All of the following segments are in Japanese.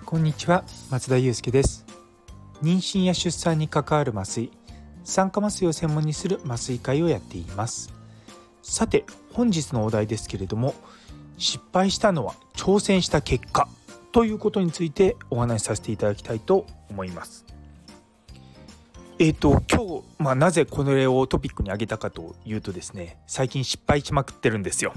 こんにちは、松田祐介です。妊娠や出産に関わる麻酔、酸化麻酔を専門にする麻酔会をやっています。さて、本日のお題ですけれども、失敗したのは挑戦した結果ということについてお話しさせていただきたいと思います。今日、なぜこれをトピックに挙げたかというとですね、最近失敗しまくってるんですよ。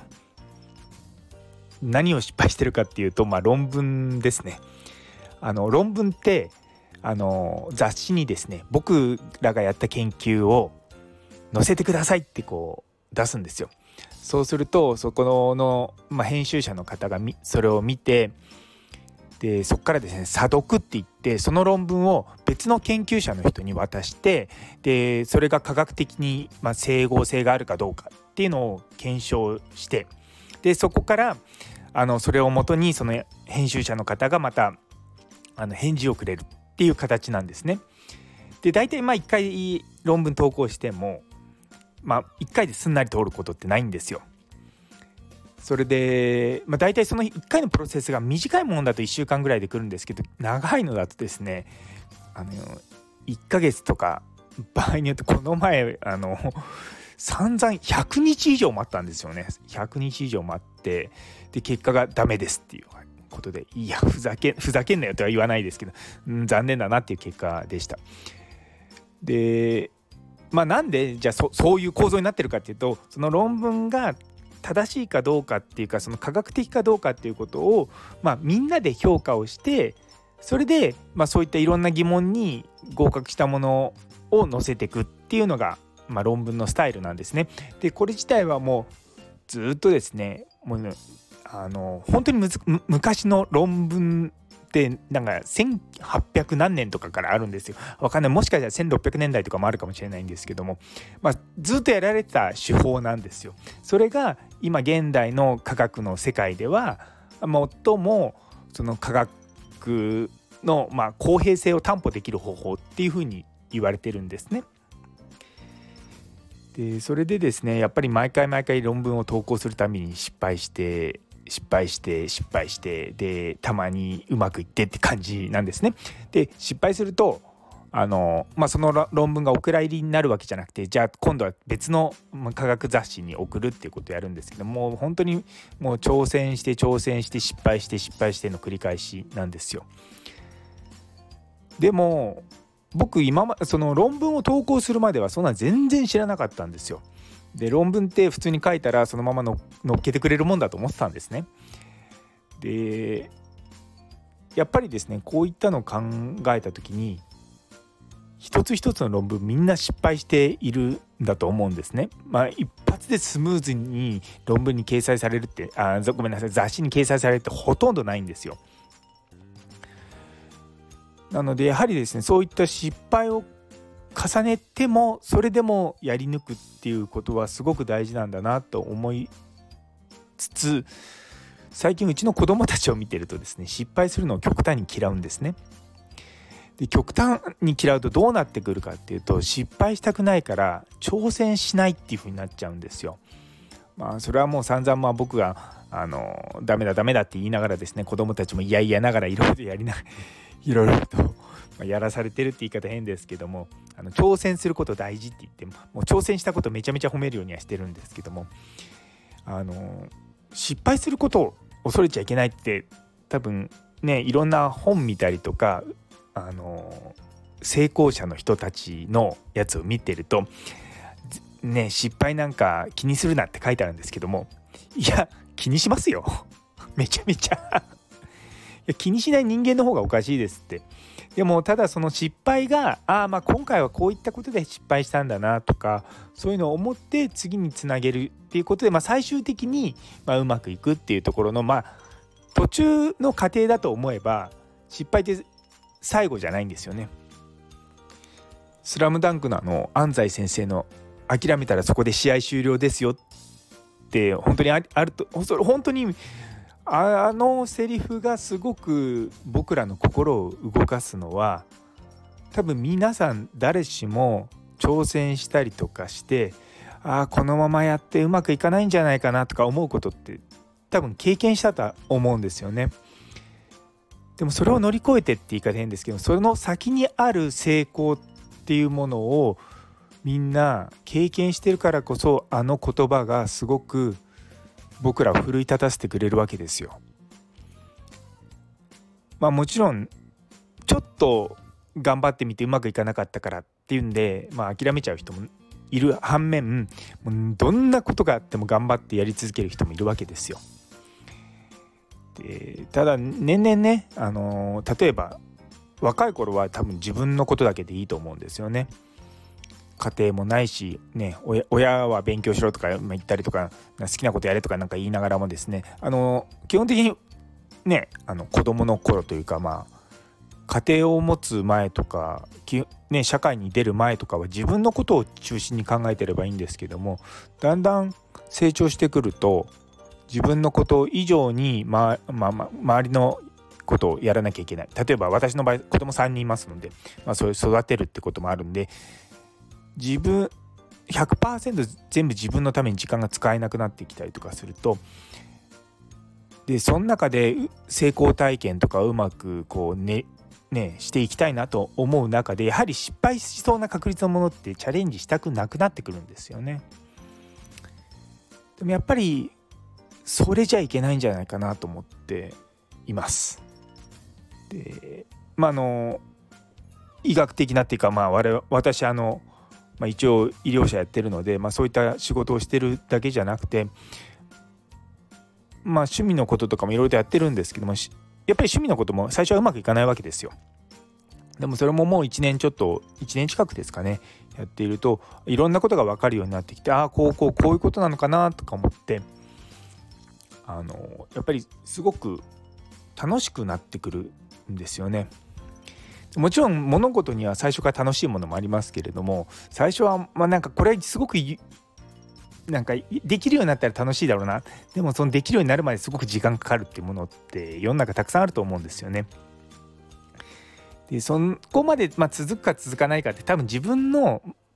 何を失敗してるかっていうと、論文ですね。論文って雑誌にですね、僕らがやった研究を載せてくださいって出すんですよ。そうするとそこの、編集者の方がそれを見て、でそこからですね、査読って言って、その論文を別の研究者の人に渡して、でそれが科学的に、整合性があるかどうかっていうのを検証して、でそこからそれをもとにその編集者の方がまた返事をくれるっていう形なんですね。で大体1回論文投稿しても、1回ですんなり通ることってないんですよ。それで、大体その1回のプロセスが短いものだと1週間ぐらいで来るんですけど、長いのだとですね、1ヶ月とか、場合によってこの前散々100日以上待ったんですよね。100日以上待って、で結果がダメですっていうことで、いやふざけんなよとは言わないですけど、残念だなっていう結果でした。でなんでじゃあそういう構造になってるかっていうと、その論文が正しいかどうかっていうか、その科学的かどうかっていうことを、みんなで評価をして、それで、そういったいろんな疑問に合格したものを載せていくっていうのが、論文のスタイルなんですね。でこれ自体はもうずっとですね、もうね、本当に昔の論文ってなんか1800何年とかからあるんですよ。わかんない、もしかしたら1600年代とかもあるかもしれないんですけども、ずっとやられてた手法なんですよ。それが今現代の科学の世界では最もその科学の公平性を担保できる方法っていうふうに言われてるんですね。でそれでですね、やっぱり毎回論文を投稿するために失敗してでたまにうまくいってって感じなんですね。で失敗するとその論文がお蔵入りになるわけじゃなくて、じゃあ今度は別の科学雑誌に送るっていうことをやるんですけども、本当にもう挑戦して失敗しての繰り返しなんですよ。でも僕その論文を投稿するまではそんな全然知らなかったんですよ。で論文って普通に書いたらそのまま乗っけてくれるもんだと思ってたんですね。でやっぱりですね、こういったのを考えた時に、一つ一つの論文みんな失敗しているんだと思うんですね。一発でスムーズに論文に掲載されるってごめんなさい、雑誌に掲載されるってほとんどないんですよ。なのでやはりですね、そういった失敗を重ねてもそれでもやり抜くっていうことはすごく大事なんだなと思いつつ、最近うちの子供たちを見てるとですね、失敗するのを極端に嫌うんですね。で極端に嫌うとどうなってくるかっていうと、失敗したくないから挑戦しないっていう風になっちゃうんですよ。それはもう散々僕がダメだって言いながらですね、子供たちもいやながらいろいろとやらされてるって言い方変ですけども、挑戦すること大事って言ってもう挑戦したことめちゃめちゃ褒めるようにはしてるんですけども、失敗することを恐れちゃいけないって多分ね、いろんな本見たりとか成功者の人たちのやつを見てるとね、失敗なんか気にするなって書いてあるんですけども、いや気にしますよめちゃめちゃ気にしない人間の方がおかしいですって。でもただその失敗が今回はこういったことで失敗したんだなとか、そういうのを思って次につなげるっていうことで、最終的にうまくいくっていうところの途中の過程だと思えば、失敗って最後じゃないんですよね。スラムダンクの安西先生の諦めたらそこで試合終了ですよって本当にあると、本当にセリフがすごく僕らの心を動かすのは、多分皆さん誰しも挑戦したりとかして、このままやってうまくいかないんじゃないかなとか思うことって多分経験したと思うんですよね。 でもそれを乗り越えてって言い方変ですけど、その先にある成功っていうものをみんな経験してるからこそ、あの言葉がすごく僕らを奮い立たせてくれるわけですよ。もちろんちょっと頑張ってみてうまくいかなかったからっていうんで、諦めちゃう人もいる反面、どんなことがあっても頑張ってやり続ける人もいるわけですよ。でただ年々ね、例えば若い頃は多分自分のことだけでいいと思うんですよね。家庭もないし、ね、親は勉強しろとか言ったりとか、好きなことやれとかなんか言いながらもですね、基本的にね、子供の頃というか、家庭を持つ前とか、社会に出る前とかは自分のことを中心に考えてればいいんですけども、だんだん成長してくると自分のこと以上に、周りのことをやらなきゃいけない。例えば私の場合子供3人いますので、そういう育てるってこともあるんで、自分 100% 全部自分のために時間が使えなくなってきたりとかすると、でその中で成功体験とかうまくしていきたいなと思う中で、やはり失敗しそうな確率のものってチャレンジしたくなくなってくるんですよね。でもやっぱりそれじゃいけないんじゃないかなと思っています。で医学的なっていうか、私一応医療者やってるので、そういった仕事をしてるだけじゃなくて、趣味のこととかもいろいろとやってるんですけども、やっぱり趣味のことも最初はうまくいかないわけですよ。でもそれももう1年近くですかね、やっているといろんなことが分かるようになってきて、こういうことなのかなとか思って、やっぱりすごく楽しくなってくるんですよね。もちろん物事には最初から楽しいものもありますけれども、最初はこれすごくできるようになったら楽しいだろうな、でもそのできるようになるまですごく時間かかるっていうものって世の中たくさんあると思うんですよね。でそこまで続くか続かないかって多分自分の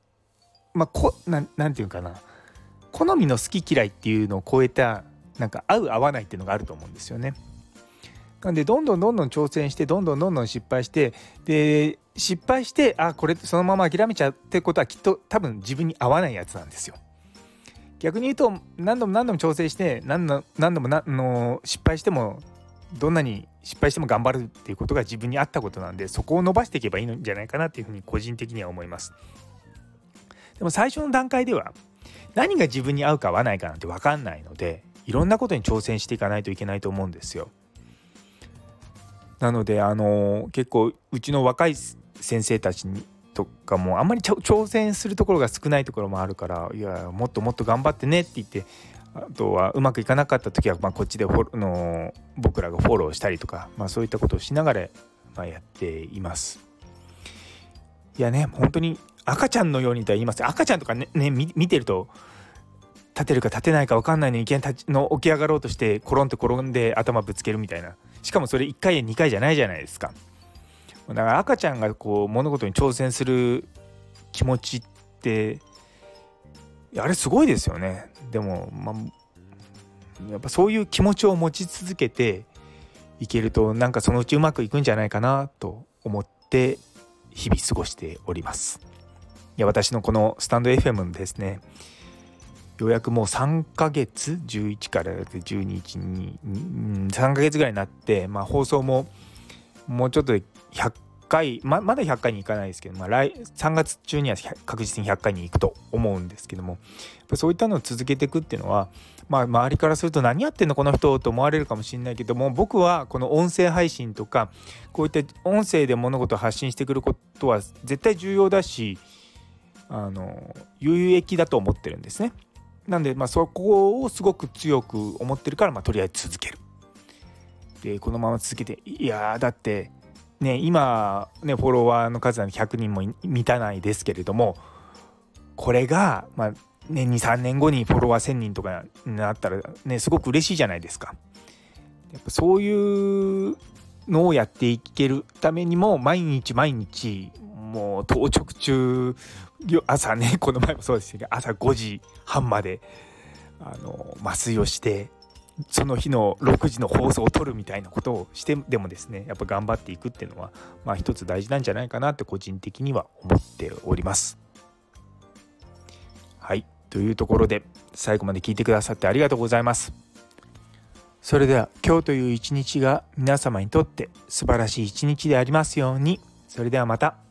なんていうかな、好みの好き嫌いっていうのを超えた合う合わないっていうのがあると思うんですよね。なんでどんどん挑戦して、どんどん失敗して、で失敗してこれそのまま諦めちゃうってことはきっと多分自分に合わないやつなんですよ。逆に言うと何度も挑戦して何度も失敗しても、どんなに失敗しても頑張るっていうことが自分に合ったことなんで、そこを伸ばしていけばいいんじゃないかなっていうふうに個人的には思います。でも最初の段階では何が自分に合うか合わないかなんて分かんないので、いろんなことに挑戦していかないといけないと思うんですよ。なので結構うちの若い先生たちとかもあんまり挑戦するところが少ないところもあるから、いやもっともっと頑張ってねって言って、あとはうまくいかなかった時はこっちで僕らがフォローしたりとか、そういったことをしながらやっています。いやね、本当に赤ちゃんのようにとは言います。赤ちゃんとかね見てると、立てるか立てないか分かんないのにいきなり起き上がろうとして転んで頭ぶつけるみたいな、しかもそれ1回や2回じゃないじゃないですか。だから赤ちゃんが物事に挑戦する気持ちってあれすごいですよね。でもやっぱそういう気持ちを持ち続けていけると、そのうちうまくいくんじゃないかなと思って日々過ごしております。いや、私のこのスタンド FM のですね、ようやくもう3ヶ月11から12日に3ヶ月ぐらいになって、放送ももうちょっとで100回、まだ100回に行かないですけど、3月中には確実に100回に行くと思うんですけども、やっぱそういったのを続けていくっていうのは、周りからすると何やってんのこの人と思われるかもしれないけども、僕はこの音声配信とかこういった音声で物事を発信してくることは絶対重要だし、有益だと思ってるんですね。なんでそこをすごく強く思ってるから、とりあえず続ける。でこのまま続けて、いやだってね、今ねフォロワーの数は100人も満たないですけれども、これが年に3年後にフォロワー1000人とかになったらね、すごく嬉しいじゃないですか。やっぱそういうのをやっていけるためにも、毎日もう当直中、朝ね、この前もそうですけど朝5時半まで麻酔をしてその日の6時の放送を撮るみたいなことをしてでもですね、やっぱ頑張っていくっていうのは一つ大事なんじゃないかなって個人的には思っております。はい、というところで最後まで聞いてくださってありがとうございます。それでは今日という一日が皆様にとって素晴らしい一日でありますように。それではまた。